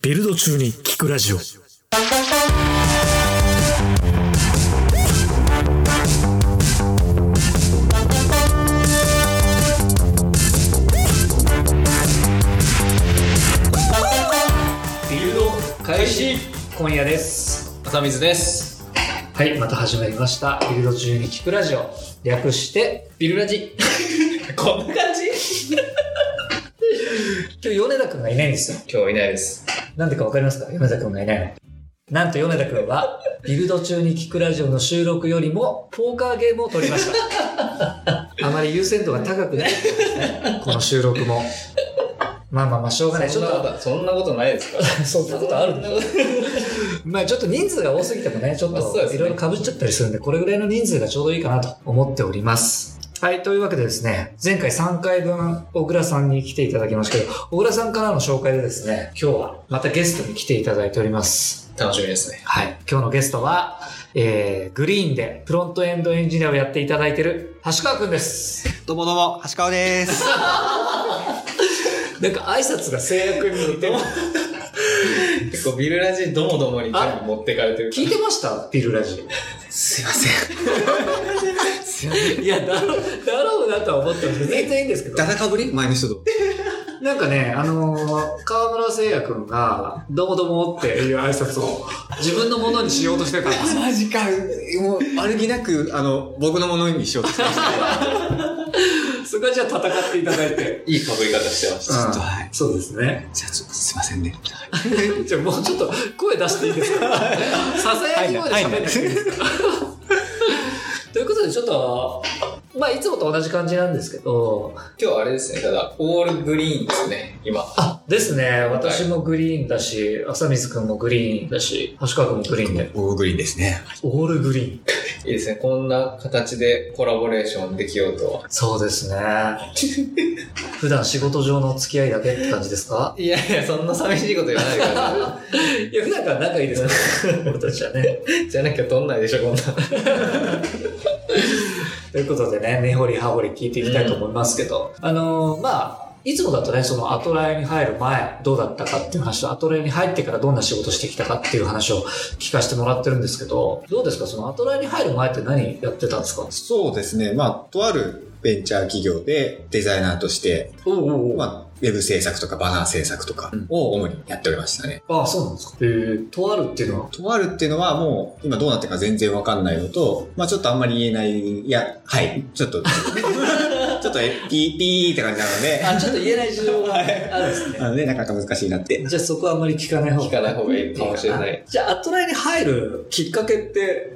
ビルド中に聞くラジオ。 ビルド開始。今夜です。 浅水です。 はい、また始まりましたビルド中に聞くラジオ、略してビルラジ。こんな感じ。 今日米田くんがいないんですよ。 今日いないです。 なんでかわかりますか？米田くんがいないの。なんと米田くんはビルド中に聞くラジオの収録よりもポーカーゲームを撮りました。あまり優先度が高くないですね、この収録も。まあしょうがない。 そんなことないですか？ そんなことあるんだ。まあちょっと人数が多すぎてもね、ちょっといろいろ被っちゃったりするんで、これぐらいの人数がちょうどいいかなと思っております。はい、というわけでですね、前回3回分小倉さんに来ていただきましたけど、小倉さんからの紹介でですね、今日はまたゲストに来ていただいております。 楽しみですね。 はい、今日のゲストは、グリーンでフロントエンドエンジニアをやっていただいている橋川くんです。 どうも橋川です。 なんか挨拶が制約に似てる。 結構ビルラジどもどもに全部持ってかれてる。 聞いてましたビルラジ。 すいません。 いや、だろうなとは思ったんですけど、全然いいんですけど。 ダダかぶり前の人と。 なんかね、河村聖也くんが、どうもどうもっていう挨拶を自分のものにしようとしてたんですよ。 マジか。もう、悪気なく、僕のものにしようとしてました。 そこはじゃあ戦っていただいて。 いい被り方してました。 ちょっと、はい。 そうですね。 じゃあちょっとすいませんね。 じゃあもうちょっと声出していいですか？ささやき声で喋んなくていいですか？ということでちょっと、まあいつもと同じ感じなんですけど、 今日はあれですね、ただ、オールグリーンですね、今。 あ、ですね。私もグリーンだし、浅水くんもグリーンだし、橋川くんもグリーンで。 オーグリーンですね。 オールグリーン。 いいですね、こんな形でコラボレーションできようとは。 そうですね。普段仕事上の付き合いだけって感じですか？ いやいや、そんな寂しいこと言わないから。 いや、普段から仲いいですから俺たちはね。 じゃなきゃ撮んないでしょ、こんな。 ということでね、根掘り葉掘り聞いていきたいと思いますけど、まあ、いつもだとね、そのアトライに入る前どうだったかっていう話と、アトライに入ってからどんな仕事してきたかっていう話を聞かせてもらってるんですけど、どうですか？そのアトライに入る前って何やってたんですか？ そうですね。とあるベンチャー企業でデザイナーとして、ウェブ制作とかバナー制作とかを主にやっておりましたね。 ああ、そうなんですか。とあるっていうのはもう今どうなってるか全然わかんないのと、ちょっとあんまり言えない、いや、はい、ちょっとピーって感じなので。 ちょっと言えない事情があるんですね。 なので、なかなか難しいなって。 じゃあそこはあんまり聞かない方がいいかもしれない。 じゃあアトライに入るきっかけって？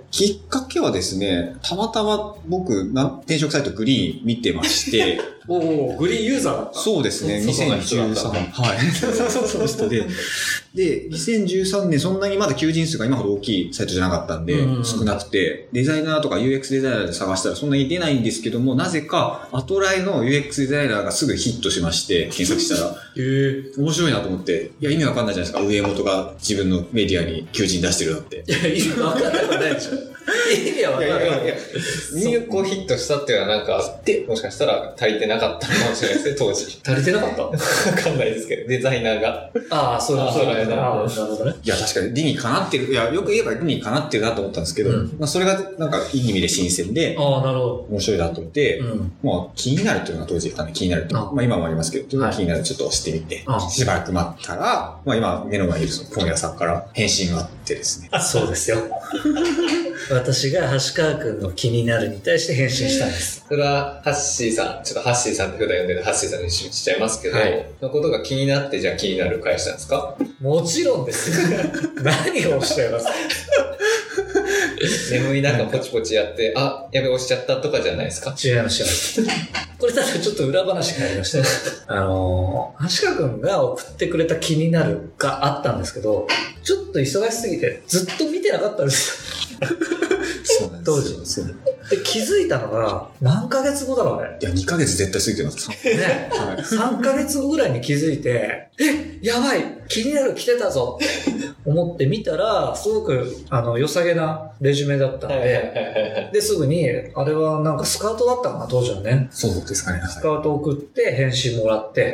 きっかけはですね、たまたま僕、転職サイトグリーン見てまして、 グリーンユーザーだった。 そうですね、2013年。はい。そう人で。で、2013年、そんなにまだ求人数が今ほど大きいサイトじゃなかったんで、少なくて、デザイナーとか UX デザイナーで探したらそんなに出ないんですけども、なぜか、アトライの UX デザイナーがすぐヒットしまして、検索したら、面白いなと思って、いや、意味わかんないじゃないですか、上本が自分のメディアに求人出してるなんて。 いや、意味わかんないことないでしょ。意味はわかんない。 ミューコヒットしたっていうのはなんか、もしかしたら足りてなかったかもしれないですね、当時。 足りてなかったわかんないですけど、デザイナーが。 ああ、そういうことだ。 なるほどね。 いや、確かに理にかなってる。いや、よく言えば理にかなってるなと思ったんですけど、それがなんかいい意味で新鮮で、 なるほど。 面白いなと思って、気になるっていうのが当時気になると。今もありますけど、気になるちょっと押してみて、しばらく待ったら、今目の前にいるその本屋さんから返信があってですね。 そうですよ。私が橋川くんの気になるに対して返信したんです。 それは、ハッシーさん、ちょっとハッシーさんって普段呼んでるハッシーさんにしちゃいますけど、のことが気になって、じゃあ気になる返したんですか？ もちろんですよ。何をおっしゃいますか？ 眠い中ポチポチやって、やべ押しちゃったとかじゃないですか？ 違います。これただちょっと裏話がありまして、橋川くんが送ってくれた気になるがあったんですけど、ちょっと忙しすぎてずっと見てなかったんですよ。 そうなんです。 当時。で、気づいたのが何ヶ月後だろうね。 いや、2ヶ月絶対過ぎてます。 ね。3ヶ月後ぐらいに気づいて、やばい気になる来てたぞって思って見たら、すごく、良さげなレジュメだったんで、で、すぐに、あれはなんかスカウトだったかな、当時はね。 そうですかね。 スカウト送って、返信もらって、っ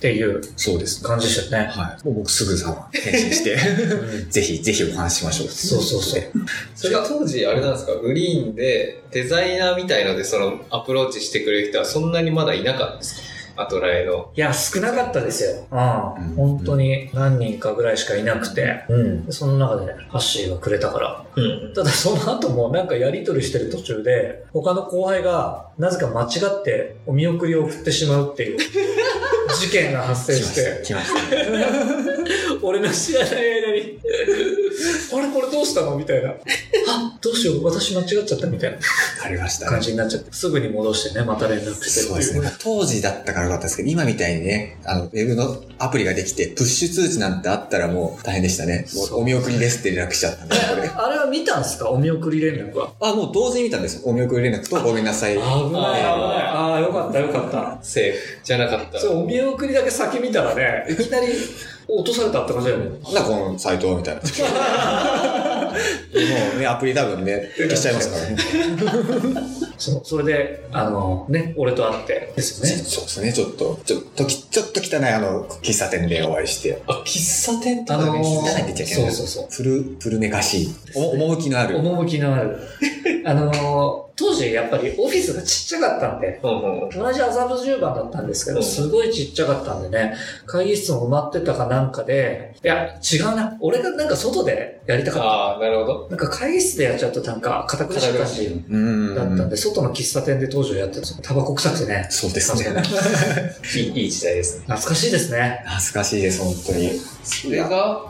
っていうそうです感じでしたよね。 はい。もう僕すぐさま返信して、ぜひお話ししましょう。 そうそうそう。 それが当時あれなんですか、グリーンでデザイナーみたいのでそのアプローチしてくれる人はそんなにまだいなかったんですか？アトラエの。 いや、少なかったですよ。本当に何人かぐらいしかいなくて。その中でハッシーがくれたから。ただその後もなんかやり取りしてる途中で、他の後輩がなぜか間違ってお見送りを送ってしまうっていう事件が発生して。 来ましたね。 俺の知らない間に、あれこれどうしたのみたいな。あ、どうしよう、私間違っちゃったみたいな。 ありましたね。 感じになっちゃって。すぐに戻してね、また連絡してっていう。 そうですね。当時だったからよかったですけど、今みたいにね、ウェブのアプリができて、プッシュ通知なんてあったらもう大変でしたね。もうお見送りですって連絡しちゃったんで、これ。 あれは見たんですか？お見送り連絡は。 もう同時に見たんですよ。お見送り連絡とごめんなさい。 危ない。よかったよかった。 セーフじゃなかった。 そう、お見送りだけ先見たらね、いきなり落とされたって感じだよね。 なんだこのサイトみたいな。もうね、アプリ多分ね、消しちゃいますからね。 それで、俺と会ってですよね。 そうですね、ちょっと汚い喫茶店でお会いして。 喫茶店とか汚いって言っちゃいけない。 そう。 古めかしい。趣のある。 趣のある。当時やっぱりオフィスがちっちゃかったんで、同じ麻布十番だったんですけど、すごいちっちゃかったんでね、会議室も埋まってたかなんかで、いや、違うな。俺がなんか外でやりたかった。 なるほど。 なんか会議室でやっちゃうとなんか堅苦しい感じだったんで、外の喫茶店で当時やってたんですよ。タバコ臭くてね。 そうですね。 いい時代ですね。 懐かしいですね。 懐かしいです、本当に。 それが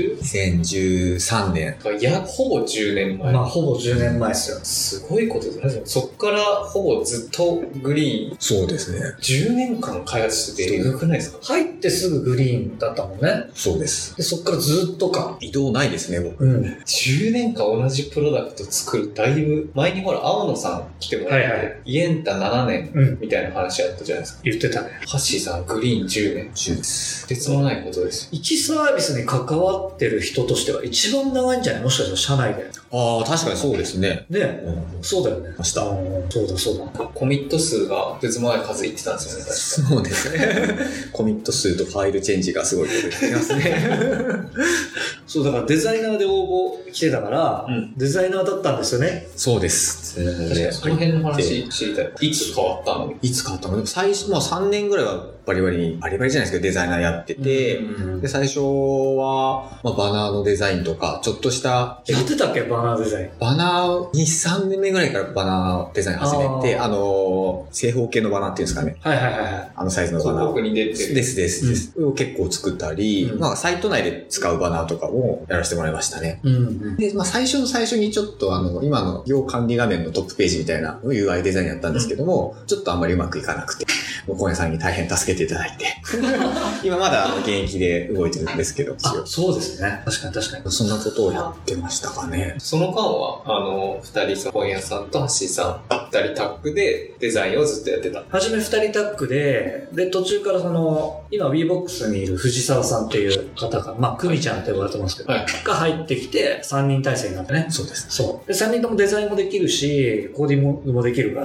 2013年。 いや、ほぼ10年前。 ほぼ10年前ですよ。 すごいことですね。そっからほぼずっとグリーン。 そうですね。 10年間開発してて、えぐくないですか？ 入ってすぐグリーンだったもんね。 そうです。 で、そっからずっとか。 移動ないですね、僕。 10年間同じプロダクト作る、だいぶ、前にほら、青野さん来てもらって、イエンタ7年みたいな話あったじゃないですか。 言ってたね。 ハッシーさん、グリーン10年。 10です。 とてつもないことです。 1サービスに関わってる人としては一番長いんじゃない？もしかしたら社内で。 確かにそうですね。 ね、そうだよね。 そうだ。 コミット数がとてつもない数いってたんですよね、確か。 そうですね。コミット数とファイルチェンジがすごいこと言ってますね。 そう、だからデザイナーで応募来てたから、デザイナーだったんですよね。 そうです。 その辺の話知りたい。いつ変わったの？ でも最初、3年ぐらいはバリバリじゃないですけどデザイナーやってて、で、最初は、バナーのデザインとか、ちょっとした。 やってたっけ？バナーデザイン。 バナー、2、3年目ぐらいからバナーデザイン始めて、正方形のバナーっていうんですかね。サイズのバナー。 広告に出てる。 です。結構作ったり、サイト内で使うバナーとかもやらせてもらいましたね。で、最初にちょっと今の業管理画面のトップページみたいな UI デザインやったんですけども、ちょっとあんまりうまくいかなくて、小屋さんに大変助けていただいて、今まだ現役で動いてるんですけど、 そうですね。確かに。 そんなことをやってましたかね。 その間は、二人、本屋さんとハッシーさん、二人タッグでデザインをずっとやってた。 初め二人タッグで、途中から今 WeBox にいる藤沢さんっていう方が、クミちゃんって呼ばれてますけど、が入ってきて、3人体制になってね。 そうです。 そう。で、3人ともデザインもできるし、コーディングもできるから。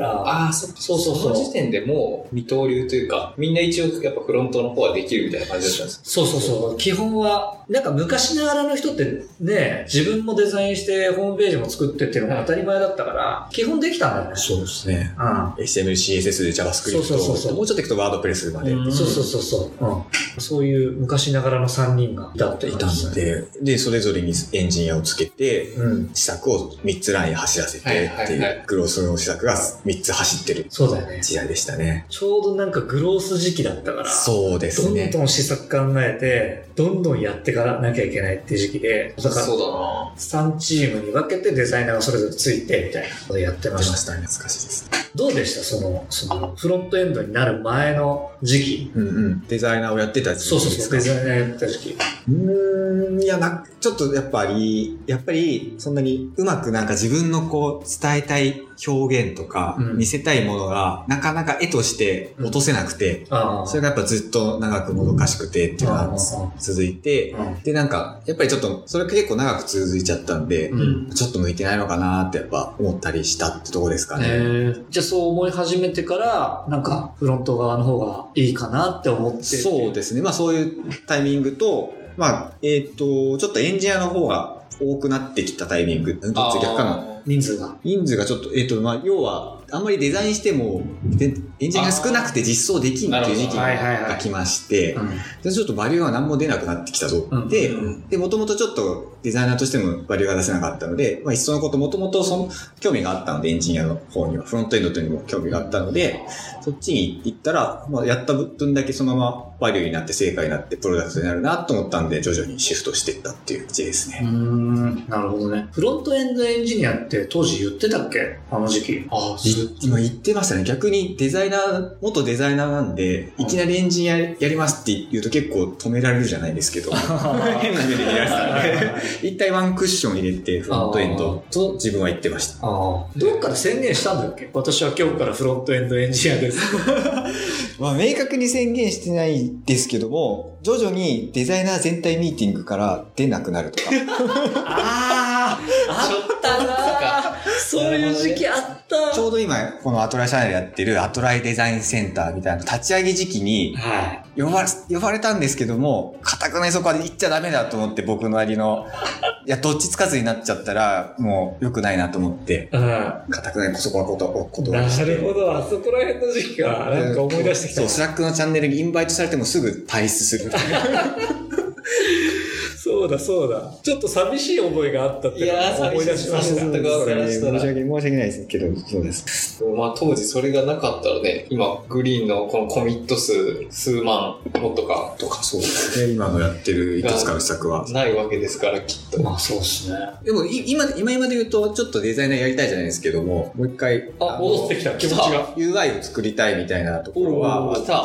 そう。 その時点でもう二刀流というか、みんな一応やっぱフロントの方はできるみたいな感じだったんですか？ そう。基本は、なんか昔ながらの人ってね、自分もデザインしてホームページも作ってっていうのが当たり前だったから、基本できたんだよね。 そうですね。HTML、CSS、JavaScript、もうちょっといくとワードプレスまで。そういう昔ながらの3人がいたんで、それぞれにエンジニアをつけて、施策を3つライン走らせてっていう、グロースの施策が3つ走ってる時代でしたね。 ちょうどなんかグロース時期だったから、 そうですね。 どんどん施策考えて、どんどんやっていかなきゃいけないっていう時期で、だから3チームに分けてデザイナーがそれぞれついてみたいなことやってましたね。 懐かしいです。 どうでしたそのフロントエンドになる前の時期。 デザイナーをやってた時期。 そう、デザイナーやってた時期。 いや、ちょっとやっぱり、そんなにうまくなんか自分のこう、伝えたい表現とか、見せたいものが、なかなか絵として落とせなくて、それがやっぱずっと長くもどかしくてっていうのが続いて、で、なんか、やっぱりちょっと、それ結構長く続いちゃったんで、ちょっと向いてないのかなってやっぱ思ったりしたってとこですかね。 じゃあそう思い始めてから、なんか、フロント側の方がいいかなって思って。 そうですね。まあそういうタイミングと、まあ、ちょっとエンジニアの方が多くなってきたタイミング。どっち逆かな。 人数がちょっと、まあ、要は、あんまりデザインしても、エンジニアが少なくて実装できんっていう時期が来まして、ちょっとバリューが何も出なくなってきたぞ。で、もともとちょっとデザイナーとしてもバリューが出せなかったので、まあ、いっそのこと、もともと興味があったので、エンジニアの方には、フロントエンドにも興味があったので、そっちに行ったら、まあ、やった分だけそのままバリューになって、成果になって、プロダクトになるなと思ったんで、徐々にシフトしていったっていう感じですね。 なるほどね。フロントエンドエンジニアって当時言ってたっけ？あの時期。 今言ってましたね。逆に元デザイナーなんで、いきなりエンジニアやりますって言うと結構止められるじゃないですけど、変な目で見られてたんで、一体ワンクッション入れてフロントエンドと自分は言ってました。 どっかで宣言したんだっけ？私は今日からフロントエンドエンジニアです。 まあ明確に宣言してないですけども、徐々にデザイナー全体ミーティングから出なくなるとか。 あったな。そういう時期あった。 ちょうど今、このアトライ社内でやってるアトライデザインセンターみたいな立ち上げ時期に、呼ばれたんですけども、固くないそこまで行っちゃダメだと思って僕のなりの、いや、どっちつかずになっちゃったら、もう良くないなと思って、固くないそこは断りして。 なるほど、あそこら辺の時期か。なんか思い出してきた。 そう、スラックのチャンネルにインバイトされてもすぐ退出する。 そうだ。ちょっと寂しい思いがあったって思い出しました。 申し訳ないですけど、そうです。 まあ当時それがなかったらね、今グリーンのこのコミット数万もとかそうですね。今のやってるいくつかの施策はないわけですからきっと。 まあそうですね。 でも今で言うとちょっとデザイナーやりたいじゃないですけども、もう一回戻ってきた気持ちが UI を作りたいみたいなところはあって、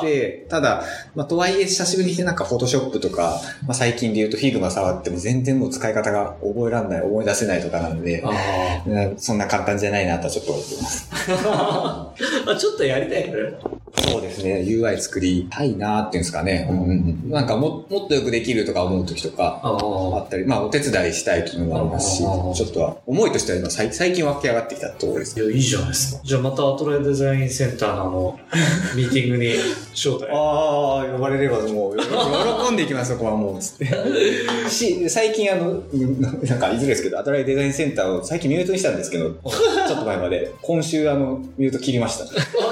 ただまあとはいえ久しぶりになんかフォトショップとか、まあ最近で言うと Figma触っても全然もう使い方が覚えらんない、思い出せないとかなんで、そんな簡単じゃないなとはちょっと思ってます。 ちょっとやりたいね。 そうですね。UI 作りたいなっていうんですかね。なんかもっとよくできるとか思う時とかあったり、まあお手伝いしたいというのもありますし、ちょっとは思いとしては今最近湧き上がってきたところです。 いや、いいじゃないですか。じゃあまたアトライデザインセンターのミーティングに招待。 呼ばれればもう喜んでいきます、そこはもうつって。最近なんかいずれですけど、アトライデザインセンターを最近ミュートにしたんですけど、ちょっと前まで今週ミュート切りました。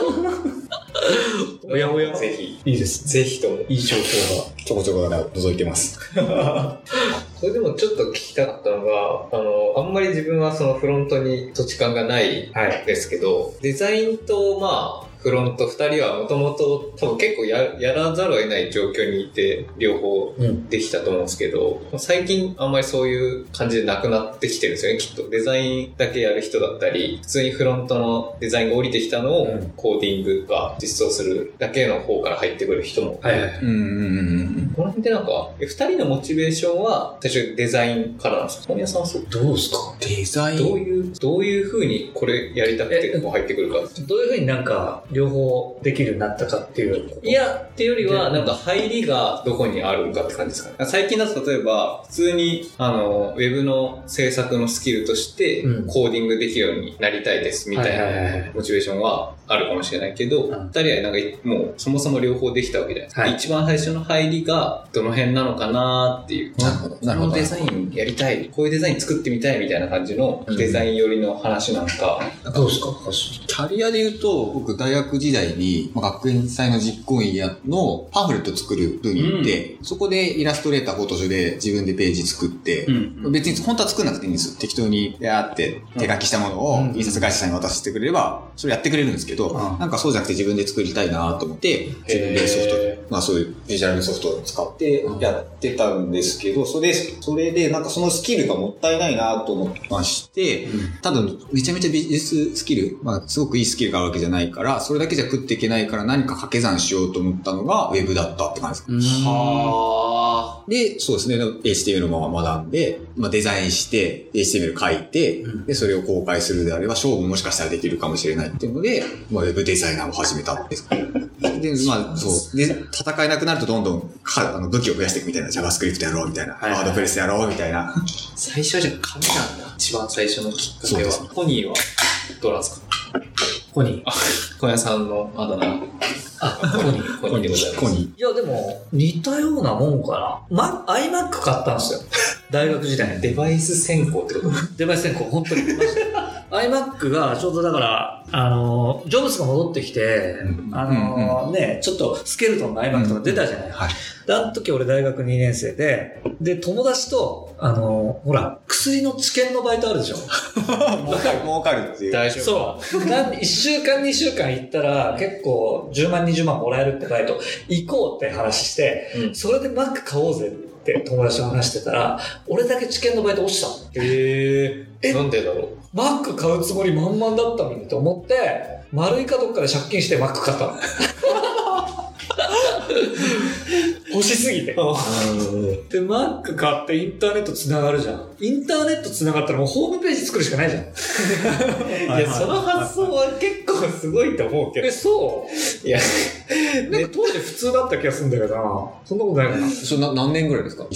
おやおや。 ぜひ。 いいです。 ぜひとも。 いい情報が。 ちょこちょこ覗いてます。 これでもちょっと聞きたかったのが、あんまり自分はそのフロントに土地勘がないですけど、デザインとまあ、フロント2人はもともと多分結構やらざるを得ない状況にいて両方できたと思うんですけど、最近あんまりそういう感じでなくなってきてるんですよね、きっと。デザインだけやる人だったり、普通にフロントのデザインが降りてきたのをコーディングが実装するだけの方から入ってくる人も。この辺ってなんか、2人のモチベーションは最初デザインからなんですか？本屋さんそうどうですか？ デザインどういう風にこれやりたくてこう入ってくるか。 どういう風になんか両方できるようになったかっていう。 いや、っていうよりは、なんか入りがどこにあるんかって感じですかね。最近だと例えば、普通に、ウェブの制作のスキルとして、コーディングできるようになりたいですみたいなモチベーションはあるかもしれないけど、二人はなんかもうそもそも両方できたわけじゃないですか。一番最初の入りがどの辺なのかなっていう。 なるほど。 このデザインやりたい、こういうデザイン作ってみたいみたいな感じのデザイン寄りの話なんか。 どうですか？ キャリアで言うと、僕大学時代に、学園祭の実行委員のパンフレット作る部に行って、そこでイラストレーター、フォトショーで自分でページ作って、別に本当は作んなくていいんです。適当にやって手書きしたものを印刷会社さんに渡してくれれば、それやってくれるんですけど、なんかそうじゃなくて自分で作りたいなと思って、自分でソフト、まあそういうビジュアルソフトを使ってやってたんですけど、それでなんかそのスキルがもったいないなと思いまして、ただめちゃめちゃビジネススキル、まあすごくいいスキルがあるわけじゃないから、それだけじゃ食っていけないから何か掛け算しようと思ったのがウェブだったって感じですか。 はで、そうですね、HTML も学んで、デザインして、HTML 書いて、で、それを公開するであれば、勝負もしかしたらできるかもしれないっていうので、ウェブデザイナーを始めたんです。で、そう。で、戦えなくなるとどんどん武器を増やしていくみたいな、JavaScript やろうみたいな、ワードプレスやろうみたいな。 最初はじゃあ紙なんだ。一番最初のきっかけは。ポニーはどうなんですか？ ポニー。 小屋さんのあだ名。ポニーでございます。 いや、でも、似たようなもんかな。iMac 買ったんですよ。大学時代に。 デバイス専攻ってこと？ デバイス専攻、本当に。iMac がちょうどだから、ジョブズが戻ってきて、ちょっとスケルトンの iMac とか出たじゃない。 はい。 で、あの時俺大学2年生で、友達と、ほら、薬の治験のバイトあるでしょ。 儲かるっていう。 大丈夫。 そう。1週間2週間行ったら結構10万20万もらえるってバイト行こうって話して、それで Mac 買おうぜって友達と話してたら、俺だけ治験のバイト落ちたの。 なんでだろう。 Mac 買うつもり満々だったのにと思って、丸いかどっかで借金して Mac 買ったの。欲しすぎて。で、Mac 買ってインターネット繋がるじゃん。インターネット繋がったらもうホームページ作るしかないじゃん。 いや、その発想は結構すごいと思うけど。 そういや、なんか当時普通だった気がするんだけどな。そんなことないかな。 それ何年ぐらいですか？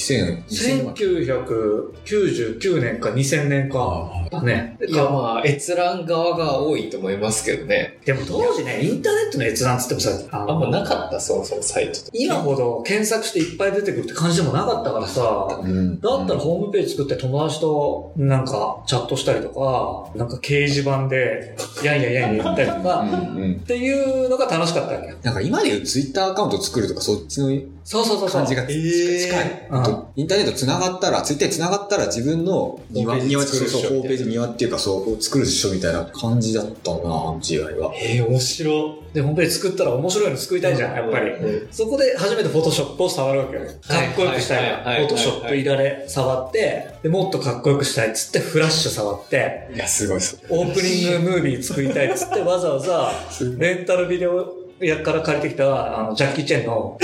1999年か2000年か。だね。 いや、閲覧側が多いと思いますけどね。 でも当時ね、インターネットの閲覧つってもさ、 あんまなかった、そもそもサイトと。 今ほど検索していっぱい出てくるって感じでもなかったからさ、だったらホームページ作って友達となんかチャットしたりとか、なんか掲示板でやんや言ったりとか、っていうのが楽しかったわけよ。 なんか今でいうツイッターアカウント作るとかそっちの感じが近い。インターネット繋がったら、ツイッターに繋がったら自分の庭ホームページ庭っていうかそう作るっしょみたいな感じだったな、あの時代は。 面白で、ホームページ作ったら面白いの作りたいじゃん、やっぱり。そこで初めてフォトショップを触るわけよ。かっこよくしたいから、フォトショップいられ触って、で、もっとかっこよくしたいっつってフラッシュ触って、 いや、すごいっす。 オープニングムービー作りたいっつってわざわざ、レンタルビデオ屋から借りてきた、ジャッキー・チェンの、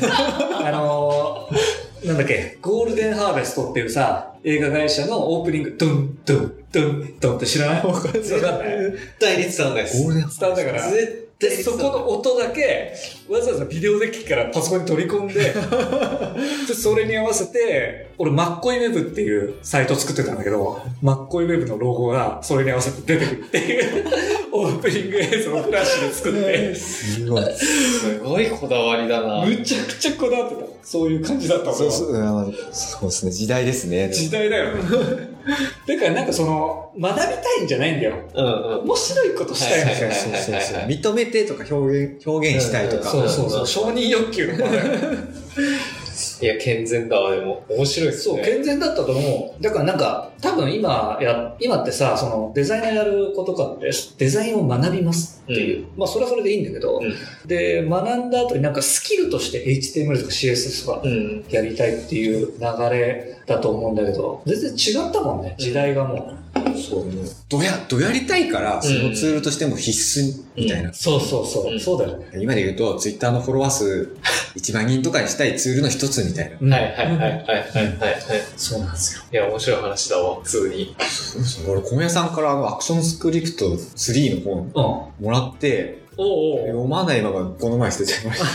なんだっけ、ゴールデンハーベストっていうさ、映画会社のオープニング、ドン、ドン、ドン、ドンって知らない？わかんない。 絶対に伝わんないです。 伝わんないから。で、そこの音だけ、わざわざビデオデッキからパソコンに取り込んで、でそれに合わせて、俺、マッコイウェブっていうサイト作ってたんだけど、マッコイウェブのロゴがそれに合わせて出てくるっていう、オープニング映像をフラッシュで作って。 すごいこだわりだな。 むちゃくちゃこだわってた。そういう感じだったもん。 そうですね。時代ですね。 時代だよね。だからなんか学びたいんじゃないんだよ。面白いことしたいんですよ。 認めてとか表現したいとか。 そう。承認欲求の場合。 いや、健全だわ、でも。面白いっすね。 そう、健全だったと思う。だからなんか、多分今ってさ、デザイナーやることかって、デザインを学びますっていう。それはそれでいいんだけど、で、学んだ後になんかスキルとして HTML とか CSS とかやりたいっていう流れだと思うんだけど、全然違ったもんね、時代がもう。 そうね。どやりたいから、そのツールとしても必須みたいな。 そうだよね。 今で言うと、ツイッターのフォロワー数1万人とかにしたいツールの一つみたいな。 はい。 そうなんですよ。 いや、面白い話だわ、普通に。 俺、小宮さんからアクションスクリプト3の本もらって、読まないままこの前捨てちゃいました。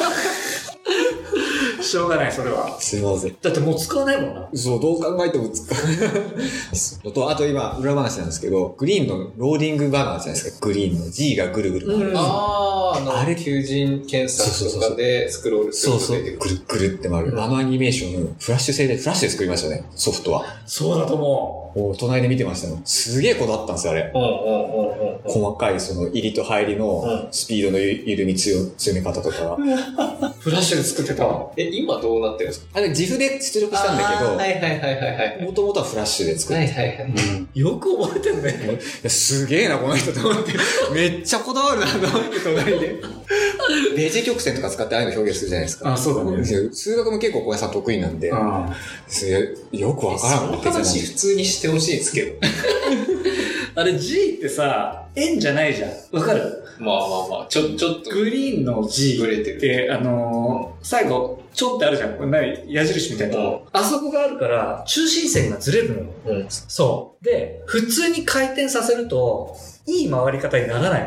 しょうがない、それは。 すいません。 だってもう使わないもんな。 そう、どう考えても使わない。あと今、裏話なんですけど、グリーンのローディングバナーじゃないですか。グリーンの G がぐるぐる。 あれ、求人検索とかでスクロールすると出てくる。 ぐるって回る。あのアニメーション、フラッシュ製で、フラッシュで作りましたね、ソフトは。 そうだと思う。 隣で見てましたよ。すげえこだわったんですよ、あれ。細かい入りと入りのスピードの緩み強め方とか。 フラッシュで作ってたわ。 今どうなってるんですか？ あれ、自負で出力したんだけど、もともとはフラッシュで作ってた。 よく覚えてるね。 すげえな、この人と思って。めっちゃこだわるな、と思って、隣で。ベジ曲線とか使ってああいうの表現するじゃないですか。 そうだね。 数学も結構小屋さん得意なんで、よくわからん。 その話普通にしてほしいですけど。 あれ G ってさ、円じゃないじゃん。わかる？ ちょっと。 グリーンの G って、最後、 ちょんってあるじゃん。これ何矢印みたいな。あそこがあるから、中心線がずれるのよ。そう。で、普通に回転させると、いい回り方にならない。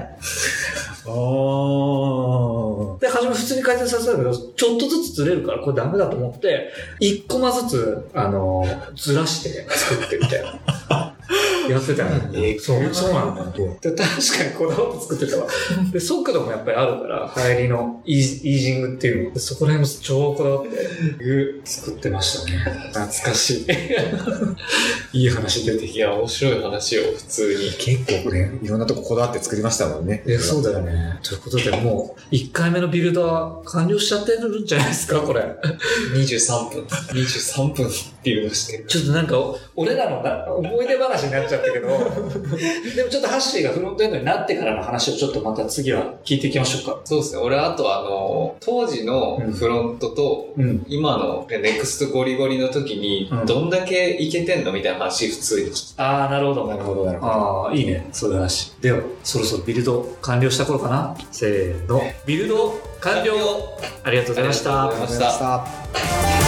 で、初め普通に回転させたけど、ちょっとずつずれるから、これダメだと思って、1コマずつ、ずらして作ってみたいな。やってたの。そうなんだ。で、確かにこだわって作ってたわ。で、速度もやっぱりあるから、入りのイージングっていうの。そこら辺も超こだわって作ってましたね。懐かしい。いい話出てきた。 いや、面白い話を普通に。 結構ね、いろんなとここだわって作りましたもんね。 そうだよね。ということで、もう、1回目のビルドは完了しちゃってるんじゃないですか、これ。 23分ビルドしてる。 ちょっとなんか、俺らの思い出話になっちゃったけど、でもちょっとハッシーがフロントエンドになってからの話をちょっとまた次は聞いていきましょうか。 そうですね。俺あと当時のフロントと、今のネクストゴリゴリの時に、どんだけいけてんのみたいな話普通に。 ああ、なるほど。ああ、いいね。そういう話。では、そろそろビルド完了した頃かな。せーの。ビルド完了。ありがとうございました。 ありがとうございました。